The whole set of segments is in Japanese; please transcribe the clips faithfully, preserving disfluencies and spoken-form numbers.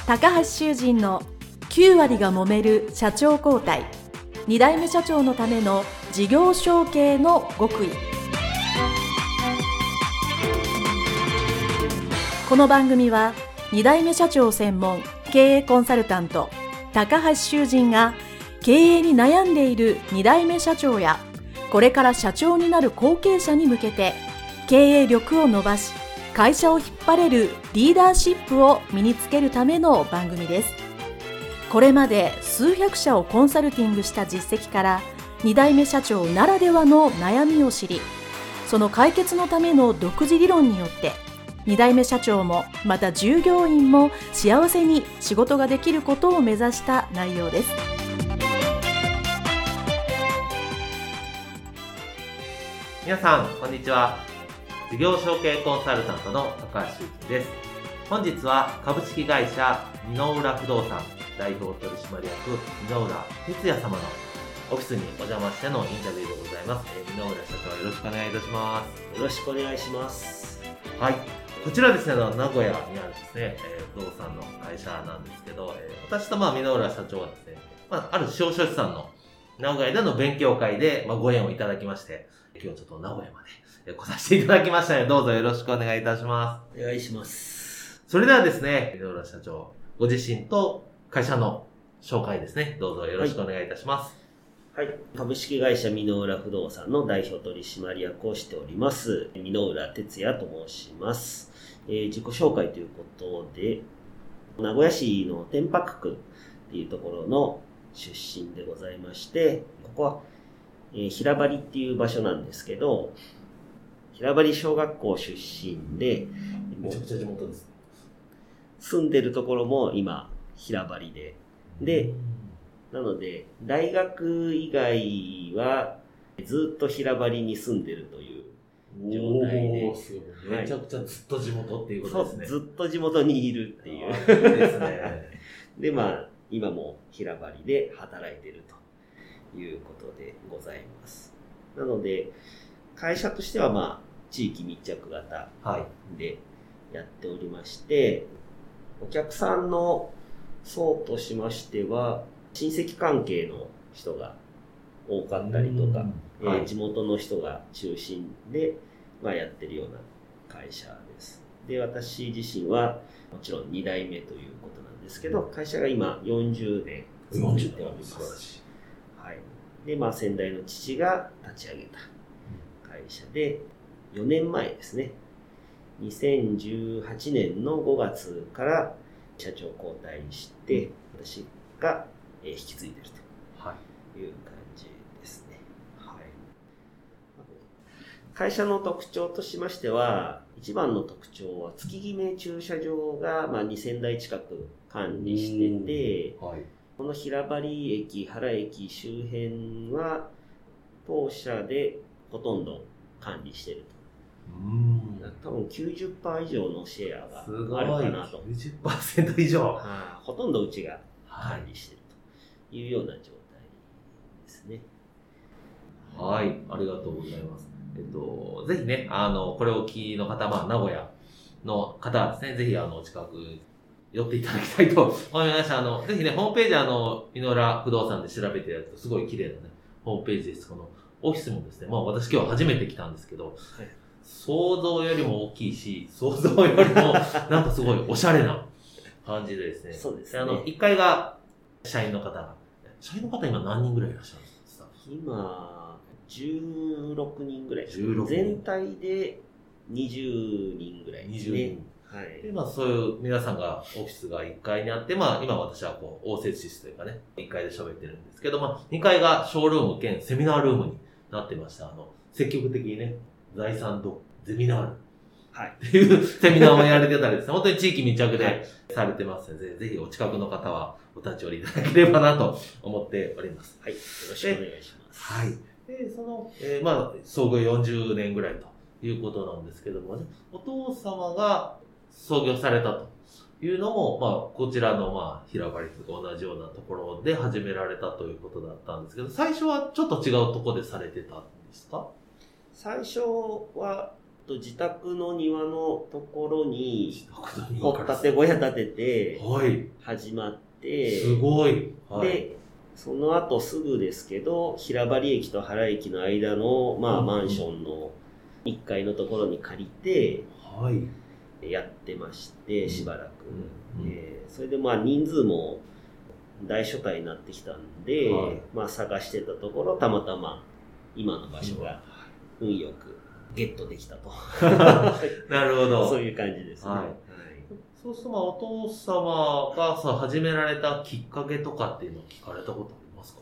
高橋修人のきゅう割が揉める社長交代、に代目社長のための事業承継の極意。この番組はに代目社長専門経営コンサルタント高橋修人が経営に悩んでいるに代目社長やこれから社長になる後継者に向けて経営力を伸ばし会社を引っ張れるリーダーシップを身につけるための番組です。これまで数百社をコンサルティングした実績からに代目社長ならではの悩みを知り、その解決のための独自理論によってに代目社長もまた従業員も幸せに仕事ができることを目指した内容です。 皆さんこんにちは。事業承継コンサルタントの高橋修人です。本日は株式会社箕浦不動産代表取締役箕浦哲也様のオフィスにお邪魔してのインタビューでございます。箕浦社長、よろしくお願いいたします。 よろしくお願いします。 はい、こちらですね、名古屋にあるですね、不動産の会社なんですけど、私とまあ箕浦社長はですね、まあ、ある司法書士さんの名古屋での勉強会でまあご縁をいただきまして、今日ちょっと名古屋まで来させていただきましたので、どうぞよろしくお願いいたします。 お願いします。 それではですね、箕浦社長ご自身と会社の紹介ですね、どうぞよろしくお願いいたします。 はい、はい、株式会社箕浦不動産の代表取締役をしております箕浦哲也と申します。えー、自己紹介ということで、名古屋市の天白区っていうところの出身でございまして、ここは、えー、平張っていう場所なんですけど、平張小学校出身で、 めちゃくちゃ地元です。 住んでるところも今平張で、で、なので大学以外はずっと平張に住んでるという状態で、 めちゃくちゃずっと地元っていうことですね。 そう、ずっと地元にいるっていう。 いいですね。 で、まあ今も平張で働いてるということでございます。なので会社としてはまあ地域密着型でやっておりまして、はい、お客さんの層としましては親戚関係の人が多かったりとか、はい、えー、地元の人が中心で、まあ、やってるような会社です。で、私自身はもちろんに代目ということなんですけど、会社が今よんじゅうねん続いております。はい。で、まあ先代の父が立ち上げた会社で、よねんまえですね、にせんじゅうはちねんのごがつから社長交代して、私が引き継いでいるという感じですね。はい。会社の特徴としましては、一番の特徴は月決め駐車場がまあにせんだい近く管理してて、はい、この平張駅、原駅周辺は当社でほとんど管理していると。うん、多分 きゅうじゅっパーセント 以上のシェアがあるかなと。 きゅうじゅっパーセント 以上、はあ、ほとんどうちが管理しているというような状態ですね。 はい、ありがとうございます。えっと、ぜひね、あの、これをお聞きの方、まあ、名古屋の方はですね、ぜひ、あの、近く寄っていただきたいと思いました。あの、ぜひね、ホームページ、あの、箕浦不動産で調べてやると、すごい綺麗なね、ホームページです。この、オフィスもですね、まあ、私今日初めて来たんですけど、はい、想像よりも大きいし、想像よりも、なんかすごいおしゃれな感じでですね。 そうですね。 あの、いっかいが社員の方が、社員の方今何人ぐらいいらっしゃるんですか？ 今、じゅうろくにんぐらいですね。 じゅうろくにん。 全体でにじゅうにんぐらいですね。にじゅうにん。はい。 で、まあそういう皆さんが、オフィスがいっかいにあって、まあ今私はこう、応接室というかね、いっかいで喋ってるんですけど、まあにかいがショールーム兼セミナールームになってました。あの、積極的にね、財産とゼミナール。はい。っていうセミナーもやられてたりですね、本当に地域密着でされてますので、はい、ぜひお近くの方はお立ち寄りいただければなと思っております。 はい。よろしくお願いします。 はい。で、その、えー、まあ、創業よんじゅうねんぐらいということなんですけどもね、お父様が創業されたというのも、まあ、こちらの、まあ、平張と同じようなところで始められたということだったんですけど、最初はちょっと違うところでされてたんですか？ 最初は、 と、自宅の庭のところに、掘ったて小屋建てて、始まって、 すごい。 はい、で、その後すぐですけど、平張駅と原駅の間の、まあ、マンションのいっかいのところに借りて、はい、やってまして、しばらく。うんうん、えー、それでまあ、人数も大所帯になってきたんで、はい、まあ、探してたところ、たまたま今の場所が運よくゲットできたと。 なるほど。 そういう感じですね。はいはい、 そうすると、まあ、お父様がさ、始められたきっかけとかっていうのを聞かれたことありますか？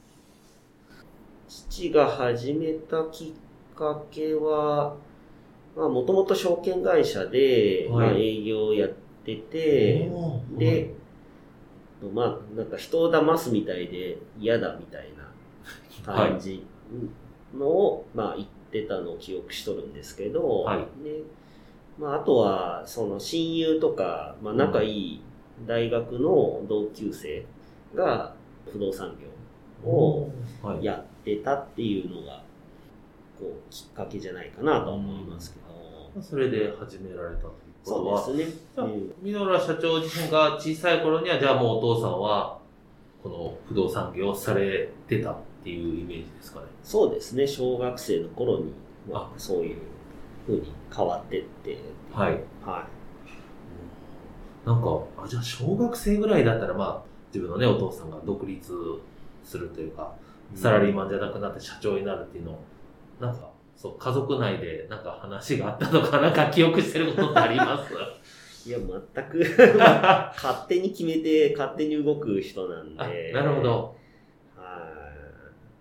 父が始めたきっかけは、まあ、もともと証券会社で、はい、まあ、営業をやってて、で、はい、まあ、なんか人を騙すみたいで嫌だみたいな感じのを、はい、まあ、言ってたのを記憶しとるんですけど、はい、で、まあ、あとは、その親友とか、まあ、仲いい大学の同級生が不動産業をやってたっていうのが、こう、きっかけじゃないかなとは思いますけど。 それで始められたということは、 そうですね。 じゃあ、箕浦社長自身が小さい頃には、じゃあもうお父さんは、この不動産業をされてたっていうイメージですかね。 そうですね。小学生の頃に、まあ、そういう風に変わってって。 はい。はい。なんか、あ、じゃあ小学生ぐらいだったら、まあ、自分のね、お父さんが独立するというか、サラリーマンじゃなくなって社長になるっていうのを、なんか、そう、家族内でなんか話があったのか、なんか記憶してることってありますいや、全く勝手に決めて、勝手に動く人なんで。 なるほど。 はい。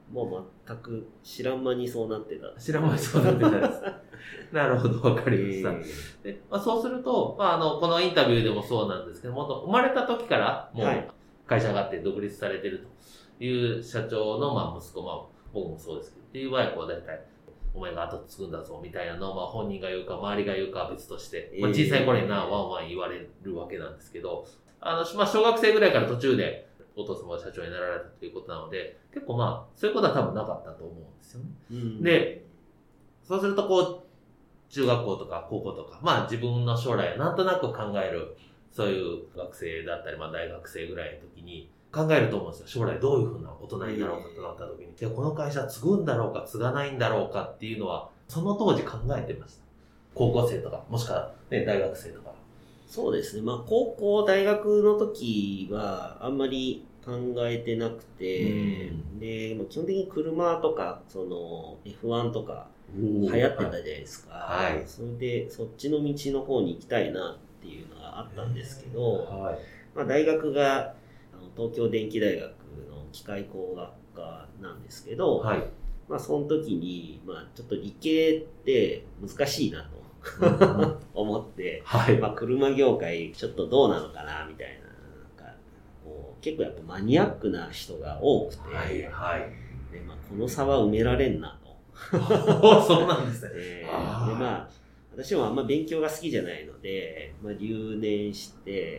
もう全く知らん間にそうなってた。 知らん間にそうなってたんです。なるほど、わかりました。えーでまあ、そうすると、まあ、あの、このインタビューでもそうなんですけども、生まれた時からもう会社があって独立されてるという社長の、まあ、息子、まあ、僕もそうですけど、っていう場合、こう、大体、お前が後継ぐんだぞ、みたいなのを、まあ、本人が言うか、周りが言うかは別として、まあ、小さい頃にな、ワンワン言われるわけなんですけど、あの、まあ、小学生ぐらいから途中で、お父様が社長になられたということなので、結構まあ、そういうことは多分なかったと思うんですよね。うん、で、そうするとこう、中学校とか高校とか、まあ自分の将来をなんとなく考える、そういう学生だったり、まあ大学生ぐらいの時に考えると思うんですよ。将来どういうふうな大人になろうかとなった時に。で、この会社継ぐんだろうか継がないんだろうかっていうのは、その当時考えてました。高校生とか、もしくはね、大学生とか。 そうですね。まあ高校、大学の時はあんまり考えてなくて、で、基本的に車とか、その エフワン とか、流行ってたじゃないですか、はい。それでそっちの道の方に行きたいなっていうのがあったんですけど、はい、まあ、大学があの東京電機大学の機械工学科なんですけど、はい、まあ、その時に、まあ、ちょっと理系って難しいなと思って、はい、まあ、車業界ちょっとどうなのかなみたいな、なんかこう結構やっぱマニアックな人が多くて、はいはい、でまあ、この差は埋められんなと。 そうなんですね。 えー、でまあ私もあんま勉強が好きじゃないので、まあ、留年して、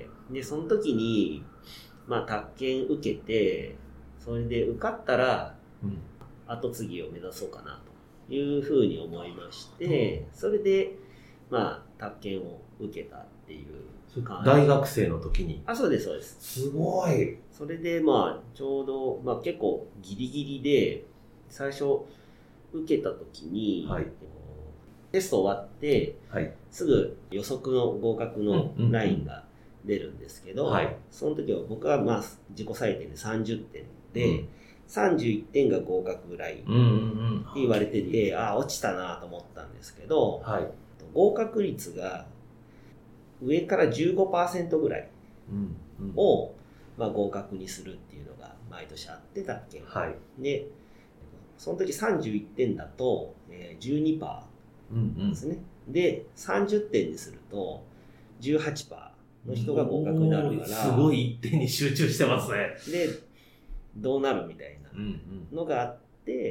でその時にまあ宅建受けて、それで受かったら後継ぎを目指そうかなというふうに思いまして、うん、それでまあ宅建を受けたっていう感じ。 大学生の時に。 あ、そうですそうです。 すごい。 それでまあちょうどまあ結構ギリギリで最初受けた時に、はい、テスト終わって、はい、すぐ予測の合格のラインが出るんですけど、うんうんうん、その時は僕はまあ自己採点でさんじゅってんで、うん、さんじゅういってんが合格ラインって言われてて、うんうんうん、ああ落ちたなと思ったんですけど、はい、合格率が上から じゅうごパーセント ぐらいを、まあ、合格にするっていうのが毎年あってたっけ、はい、でその時さんじゅういってんだと じゅうにパーセント ですね、うんうん、でさんじゅってんにすると じゅうはちパーセント の人が合格になるから、 すごい一点に集中してますね。 でどうなるみたいなのがあって、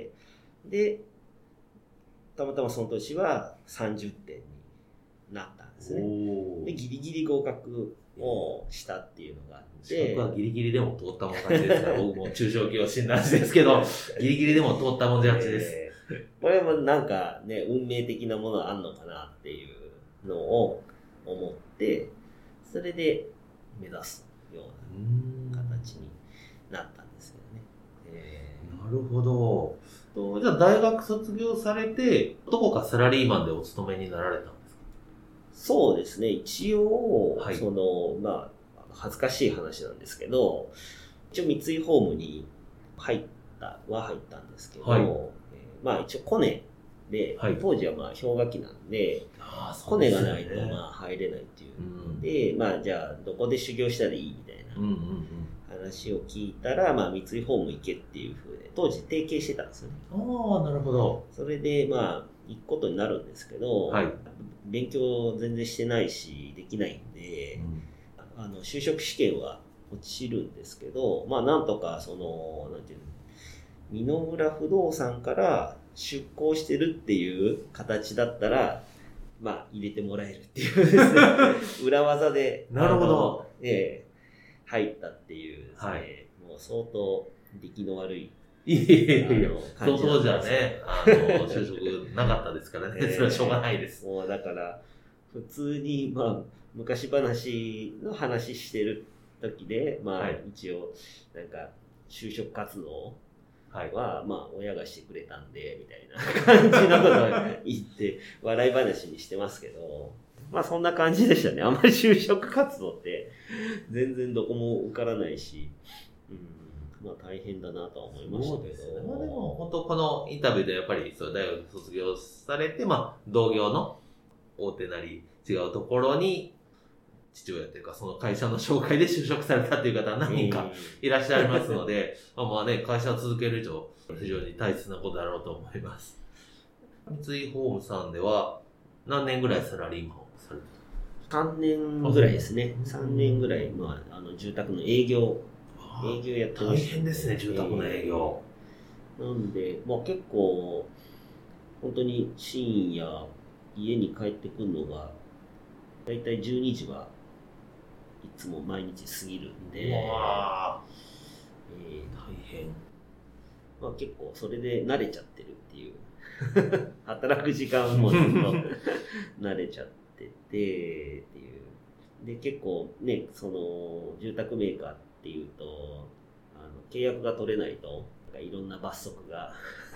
でたまたまその年はさんじゅってんになったんですね。でギリギリ合格をしたっていうのがあって、 僕はギリギリでも通ったもん勝ちですから僕も中小企業診断士ですけどギリギリでも通ったもん勝ちです、えこれもなんかね、運命的なものあんのかなっていうのを思って、それで目指すような形になったんですよね。えー、なるほど。じゃあ大学卒業されて、どこかサラリーマンでお勤めになられたんですか？ そうですね。一応、 はい、 その、まあ、恥ずかしい話なんですけど、一応三井ホームに入ったは入ったんですけど、はい、えー、まあ一応コネで、はい、当時はまあ氷河期なんで、 あコネがないとまあ入れないっていうので、うん、まあじゃあどこで修行したらいいみたいな話を聞いたら、まあ三井ホーム行けっていう風で、当時提携してたんですよね。 ああ、なるほど。 それでまあ行くことになるんですけど、 はい、 勉強全然してないし、できないんで、うん、あの就職試験は落ちるんですけど、まあなんとかその、なんていうの、美濃浦不動産から出向してるっていう形だったら、まあ入れてもらえるっていうですね、裏技で、 なるほど。 ええ、入ったっていうですね、はい、もう相当出来の悪い。 いえいえいえ、そう当時はね、あの、就職なかったですからね、それはしょうがないです。 もうだから、普通に、まあ、昔話の話してる時で、まあ、はい、一応、なんか、就職活動は、はい、まあ、親がしてくれたんで、みたいな感じのことを言って、笑い話にしてますけど、まあ、そんな感じでしたね。あんまり就職活動って、全然どこも受からないし、うん、まあ、大変だなとは思いましたけど。そうですね。 まあ、でも、本当このインタビューでやっぱり、そう大学卒業されて、まあ、同業の大手なり違うところに、父親というか、その会社の紹介で就職されたという方は何人かいらっしゃいますので、まあまあね、会社を続ける以上、非常に大切なことだろうと思います。三井ホームさんでは、何年ぐらいサラリーマンをされてた？さんねんぐらいですね。さんねんぐらい、まあ、あの、住宅の営業、営業やってました、ね。 大変ですね、住宅の営業。 えー、なんで、まあ結構、本当に深夜、家に帰ってくるのが、だいたいじゅうにじはいつも毎日過ぎるんで、 うわえー、大変。まあ結構それで慣れちゃってるっていう働く時間もずっと慣れちゃっててっていうで結構ねその住宅メーカーっていうとあの契約が取れないといろんな罰則が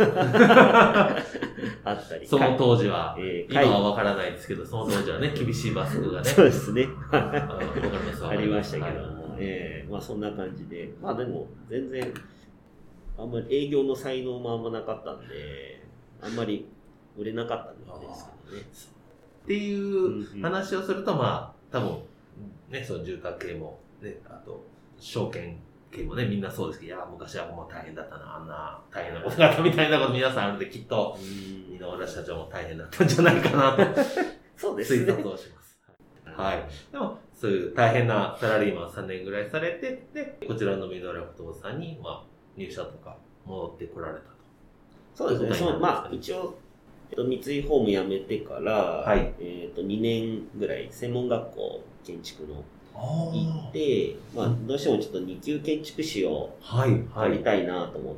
あったり。 その当時は、えー、今はわからないですけど、その当時はね、厳しい罰則がね。 そうですね。 あ, ありましたけども、はい、えー、まあそんな感じで、まあでも全然、あんまり営業の才能もあんまなかったんで、あんまり売れなかったんですけどね。 っていう話をすると、まあ、多分、ね、その住宅系も、ね、あと、証券系もね、みんなそうですけど、いや、昔はもう大変だったな、あんな大変なことがあったみたいなこと皆さんあるんで、きっと、箕浦社長も大変だったんじゃないかなと、 そうですね。 推察をします。はい。でも、そういう大変なサラリーマンさんねんぐらいされて、で、こちらの箕浦不動産に、まあ、入社とか戻ってこられたと。 そうですね。そう、まあ、一応、えっと、三井ホーム辞めてから、はい、えっと、にねんぐらい、専門学校建築の行って、まあ、どうしてもちょっとに級建築士を取りたいなと思って、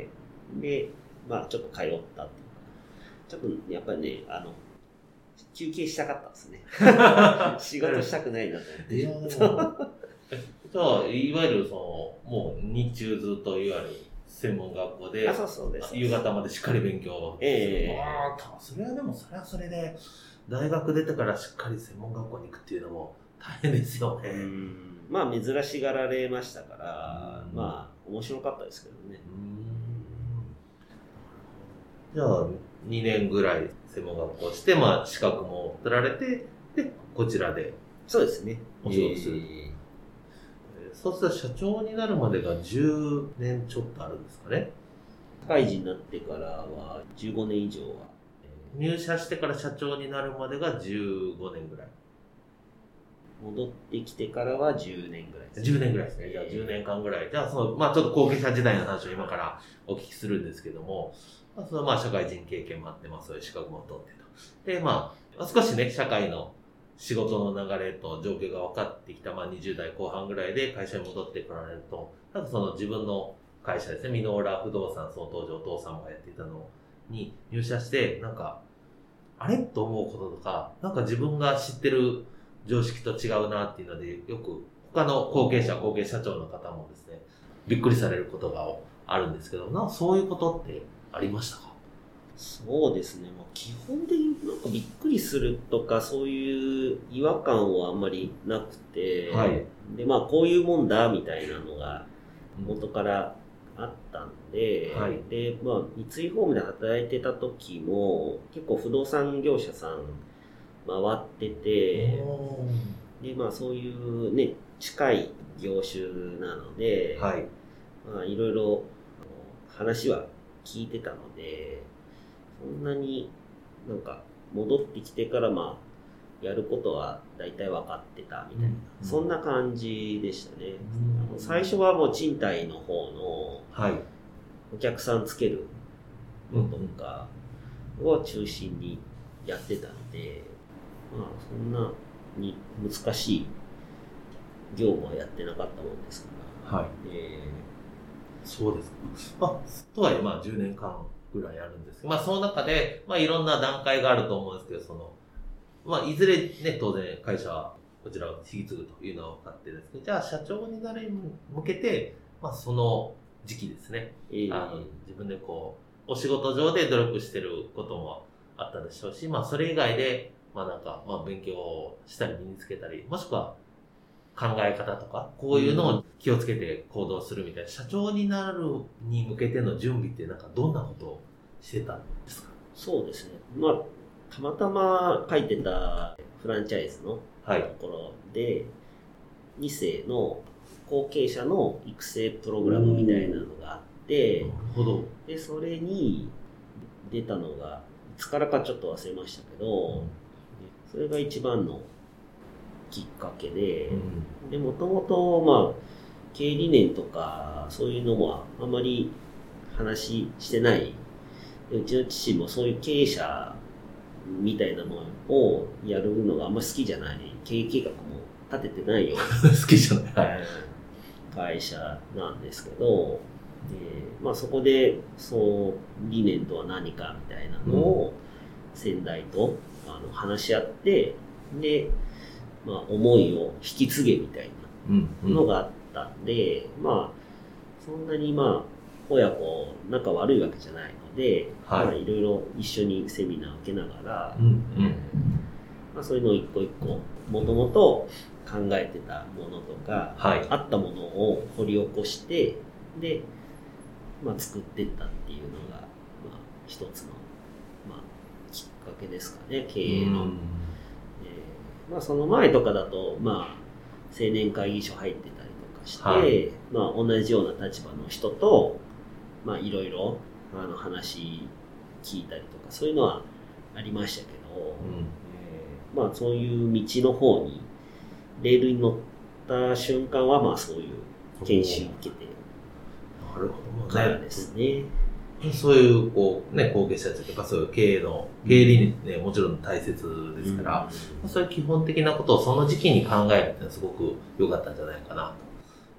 はいはい、で、まあ、ちょっと通ったっていうか、ちょっとやっぱりね、あの、休憩したかったですね。仕事したくないなと思って。いやじゃあ、いわゆるその、もう日中ずっといわゆる専門学校で、 あそうそうです夕方までしっかり勉強。 ええー。 ああ、それはでも、それはそれで、大学出てからしっかり専門学校に行くっていうのも大変ですよね。 うんまあ、珍しがられましたから、まあ、面白かったですけどね。 じゃあ、にねんぐらい専門学校して、まあ、資格も取られて、で、こちらで。 そうですね。 お仕事する。えーそうすると社長になるまでがじゅうねんちょっとあるんですかね。 社会人になってからはじゅうごねん以上は。 入社してから社長になるまでがじゅうごねんぐらい。 戻ってきてからはじゅうねんぐらいですね。じゅうねんぐらいですね。じゃあじゅうねんかんぐらい。じゃあその、まあちょっと後継者時代の話を今からお聞きするんですけども、まあ、そのまあ社会人経験もあって、まあそういう資格も取ってと。で、まあ少しね、社会の仕事の流れと状況が分かってきた、まあ、にじゅう代後半ぐらいで会社に戻ってこられると、なんかその自分の会社ですね、箕浦不動産、その当時お父さんがやっていたのをに入社して、なんか、あれと思うこととか、なんか自分が知ってる常識と違うなっていうので、よく他の後継者、後継社長の方もですね、びっくりされることがあるんですけど、なんかそういうことってありましたか？ そうですね。まあ、基本的になんかびっくりするとか、そういう違和感はあんまりなくて、 はい、 で、まあ、こういうもんだみたいなのが元からあったんで、 はい、 で、まあ、三井ホームで働いてた時も、結構不動産業者さん回ってて、で、まあ、そういうね、近い業種なので、 はい、 まあ、いろいろ話は聞いてたので、そんなになんか戻ってきてからまあやることは大体分かってたみたいな、うん、そんな感じでしたね、うん、最初はもう賃貸の方のお客さんつけるのとかを中心にやってたので、まあそんなに難しい業務はやってなかったもんですから、はい、えー、そうですか。まあ、とはいえまあじゅうねんかんぐらいあるんですけど、まあその中で、まあいろんな段階があると思うんですけど、その、まあいずれね、当然会社はこちらを引き継ぐというのは分かってるんですけど、じゃあ社長になるに向けて、まあその時期ですね、えー、あの自分でこう、お仕事上で努力してることもあったでしょうし、まあそれ以外で、まあなんか、まあ勉強をしたり身につけたり、もしくは考え方とか、こういうのを気をつけて行動するみたいな、社長になるに向けての準備ってなんかどんなことをしてたんですか？ そうですね。まあ、たまたま書いてたフランチャイズのところで、はい、に世の後継者の育成プログラムみたいなのがあって、 なるほど。で、 それに出たのが、いつからかちょっと忘れましたけど、うん、それが一番のきっかけで、うん、で、もともと、まあ、経営理念とか、そういうのはあまり話してない。うちの父もそういう経営者みたいなのをやるのがあんまり好きじゃない。経営計画も立ててないような好きじゃない、はい、 会社なんですけど、でまあ、そこでそう理念とは何かみたいなのを先代とあの話し合って、で、まあ、思いを引き継げみたいなのがあったんで、うんうん、まあそんなにまあ親子仲悪いわけじゃないので、はい、まあ、いろいろ一緒にセミナーを受けながら、うんうん、まあ、そういうのを一個一個もともと考えてたものとか、はい、あったものを掘り起こしてで、まあ、作っていったっていうのが、まあ、一つの、まあ、きっかけですかね、経営の。うん、えーまあ、その前とかだと、まあ、青年会議所入ってたりとかして、はい、まあ、同じような立場の人とまあいろいろあの話聞いたりとかそういうのはありましたけど、うん、えー、まあそういう道の方にレールに乗った瞬間はまあそういう研修を受けてからですね。 そういうこうね後継者とかそういう経営の経営理念ね、もちろん大切ですから、うん、そういう基本的なことをその時期に考えるっていうのはすごく良かったんじゃないかなと。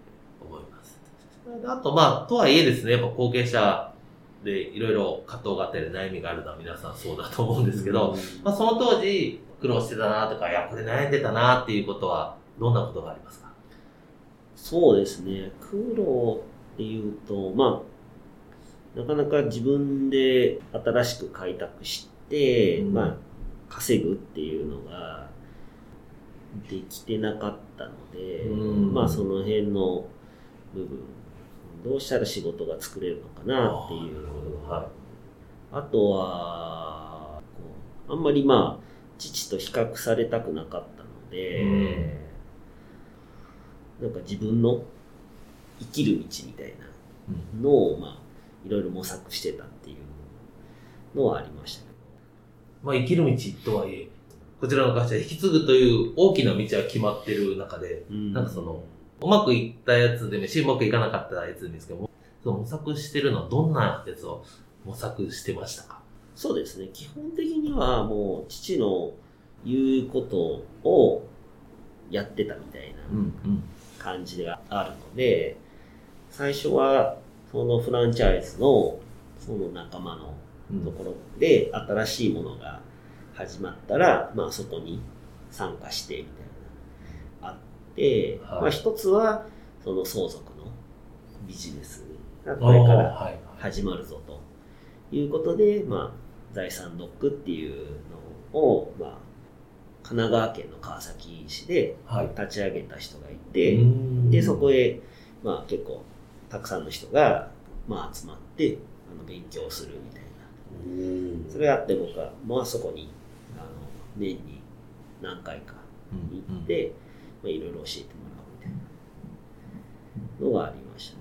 あと、まあ、とはいえですね、やっぱ後継者でいろいろ葛藤があったり悩みがあるのは皆さんそうだと思うんですけど、うん、まあ、その当時苦労してたなとか、いや、これ悩んでたなっていうことは、どんなことがありますか？ そうですね、苦労っていうと、まあ、なかなか自分で新しく開拓して、うん、まあ、稼ぐっていうのができてなかったので、うん、まあ、その辺の部分、どうしたら仕事が作れるのかなっていう。あ, あとはこう、あんまりまあ、父と比較されたくなかったので、うん、なんか自分の生きる道みたいなのを、まあ、いろいろ模索してたっていうのはありましたけど。 まあ、生きる道とはいえ、こちらの会社引き継ぐという大きな道は決まってる中で、うん、なんかその、うまくいったやつでもし、うまくいかなかったやつですけども、その模索してるのはどんなやつを模索してましたか？ そうですね。基本的にはもう父の言うことをやってたみたいな感じがあるので、最初はそのフランチャイズのその仲間のところで新しいものが始まったら、まあそこに参加してみたいなあって、はい、まあ一つはその相続のビジネスがこれから始まるぞということで、まあ財産ドックっていうのを、まあ神奈川県の川崎市で立ち上げた人がいて、はい、でそこへまあ結構たくさんの人がまあ集まってあの勉強するみたいな、それがあって僕はまあそこにあの年に何回か行って、まあ、いろいろ教えてもらうみたいなのがありましたね。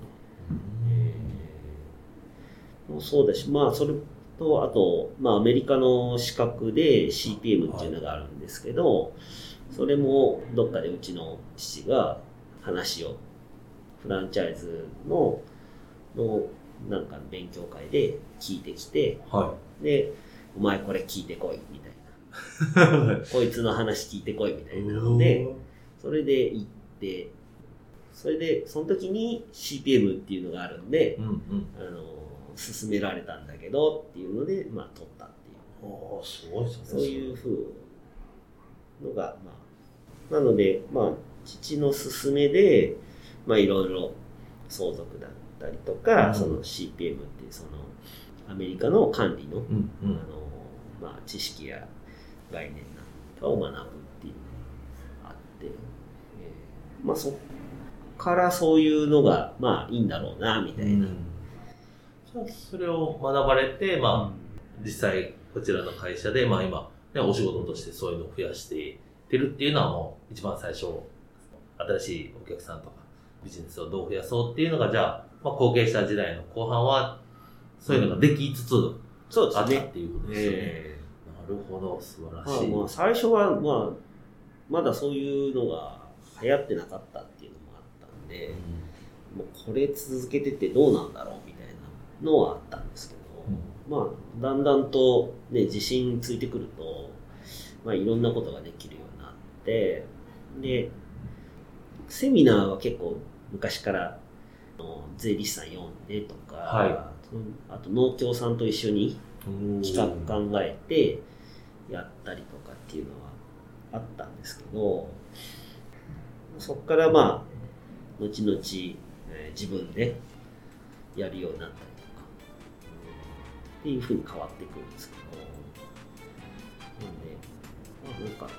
えー、もうそうだし、まあそれとあと、まあアメリカの資格で シーピーエム っていうのがあるんですけど、はい、それもどっかでうちの父が話をフランチャイズののなんか勉強会で聞いてきて、はい、でお前これ聞いてこいみたいなこいつの話聞いてこいみたいなので、それで行って、それでその時に シーピーエム っていうのがあるんで、うんうん、あの勧められたんだけどっていうので、まあ取ったっていう。 ああ、すごいですね。 そういう風のが、まあ、なので、まあ父の勧めで、まあいろいろ相続だったりとか、うん、その シーピーエム っていうそのアメリカの管理の、うんうん、あのまあ知識や概念なんかを学ぶっていうのがあって、えー、まあそっからそういうのがまあいいんだろうなみたいな。うん、 じゃあそれを学ばれて、まあ、うん、実際こちらの会社で、まあ今、ね、お仕事としてそういうのを増やしていってるっていうのはもう一番最初、新しいお客さんとかビジネスをどう増やそうっていうのが、じゃあ、まあ、後継者時代の後半はそういうのができつつあったっていうことですよね。えー、なるほど、素晴らしい。 まあ、まあ最初は、まあ、まだそういうのが流行ってなかったっていうのもあったんで、うん、もうこれ続けててどうなんだろうみたいなのはあったんですけど、うん、まあだんだんと、ね、自信ついてくると、まあ、いろんなことができるようになって、でセミナーは結構昔から税理士さん読んでとか、はい、あと農協さんと一緒に企画考えてやったりとかっていうのはあったんですけど、そこからまあ後々、えー、自分でやるようになったりとか、うん、っていうふうに変わっていくんですけど、なんで、まあ、なんか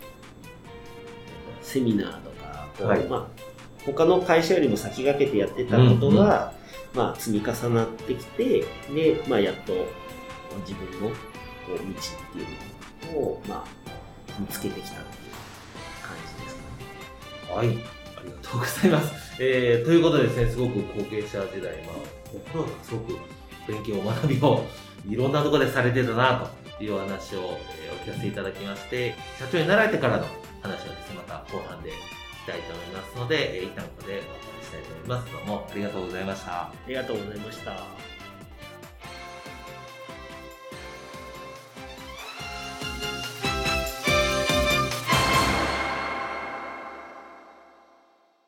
セミナーとか、はい、まあ他の会社よりも先駆けてやってたことが、うんうん、まあ、積み重なってきて、で、まあ、やっと自分のこう道っていうのを、まあ、見つけてきたっていう感じですかね。 はい、ありがとうございます。えー、ということでですね、すごく後継者時代、まあ、僕はすごく勉強、学びをいろんなところでされてたなというお話を、えー、お聞かせいただきまして、社長になられてからの話はですね、また後半でしたいと思いますので、一旦ここでお話ししたいと思います。どうもありがとうございました。 ありがとうございました。